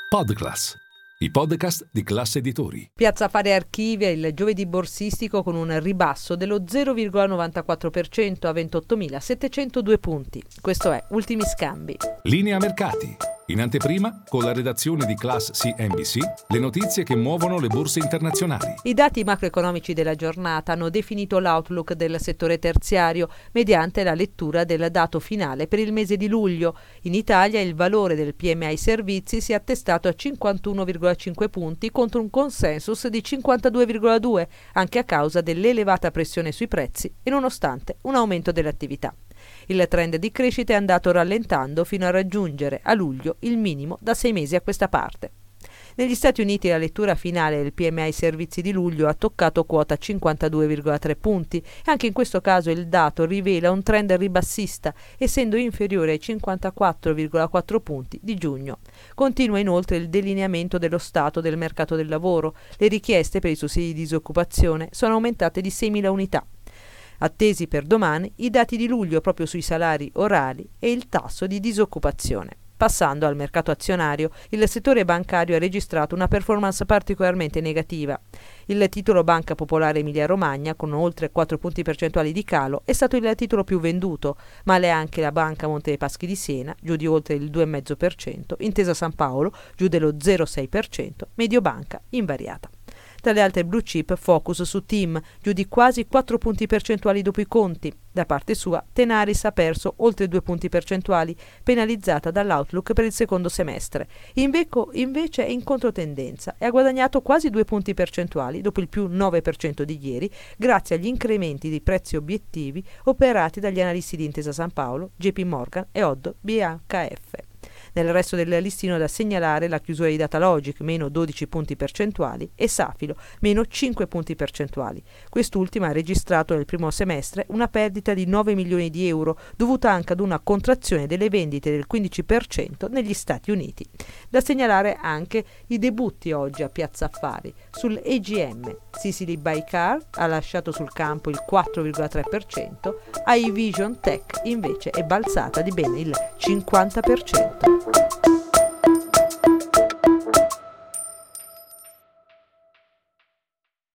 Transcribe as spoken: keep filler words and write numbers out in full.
Podclass, i podcast di Class Editori. Piazza Affari archivia il giovedì borsistico con un ribasso dello zero virgola novantaquattro per cento a ventottomilasettecentodue punti. Questo è Ultimi Scambi. Linea mercati. In anteprima, con la redazione di Class C N B C, le notizie che muovono le borse internazionali. I dati macroeconomici della giornata hanno definito l'outlook del settore terziario mediante la lettura del dato finale per il mese di luglio. In Italia il valore del P M I Servizi si è attestato a cinquantuno virgola cinque punti contro un consensus di cinquantadue virgola due, anche a causa dell'elevata pressione sui prezzi e nonostante un aumento dell'attività. Il trend di crescita è andato rallentando fino a raggiungere a luglio il minimo da sei mesi a questa parte. Negli Stati Uniti la lettura finale del P M I Servizi di luglio ha toccato quota cinquantadue virgola tre punti e anche in questo caso il dato rivela un trend ribassista, essendo inferiore ai cinquantaquattro virgola quattro punti di giugno. Continua inoltre il delineamento dello stato del mercato del lavoro. Le richieste per i sussidi di disoccupazione sono aumentate di seimila unità. Attesi per domani i dati di luglio proprio sui salari orali e il tasso di disoccupazione. Passando al mercato azionario, il settore bancario ha registrato una performance particolarmente negativa. Il titolo Banca Popolare Emilia Romagna, con oltre quattro punti percentuali di calo, è stato il titolo più venduto, male anche la Banca Monte dei Paschi di Siena, giù di oltre il due virgola cinque per cento, Intesa Sanpaolo, giù dello zero virgola sei per cento, Mediobanca invariata. Tra le altre blue chip, focus su Tim, giù di quasi quattro punti percentuali dopo i conti. Da parte sua, Tenaris ha perso oltre due punti percentuali, penalizzata dall'outlook per il secondo semestre. Inveco invece è in controtendenza e ha guadagnato quasi due punti percentuali dopo il più nove per cento di ieri, grazie agli incrementi di prezzi obiettivi operati dagli analisti di Intesa Sanpaolo, J P Morgan e Oddo B H F. Nel resto del listino da segnalare la chiusura di Datalogic, meno dodici punti percentuali, e Safilo, meno cinque punti percentuali. Quest'ultima ha registrato nel primo semestre una perdita di nove milioni di euro, dovuta anche ad una contrazione delle vendite del quindici per cento negli Stati Uniti. Da segnalare anche i debutti oggi a Piazza Affari. Sul E G M, Sicily By Car ha lasciato sul campo il quattro virgola tre per cento, iVision Tech invece è balzata di bene il cinquanta per cento.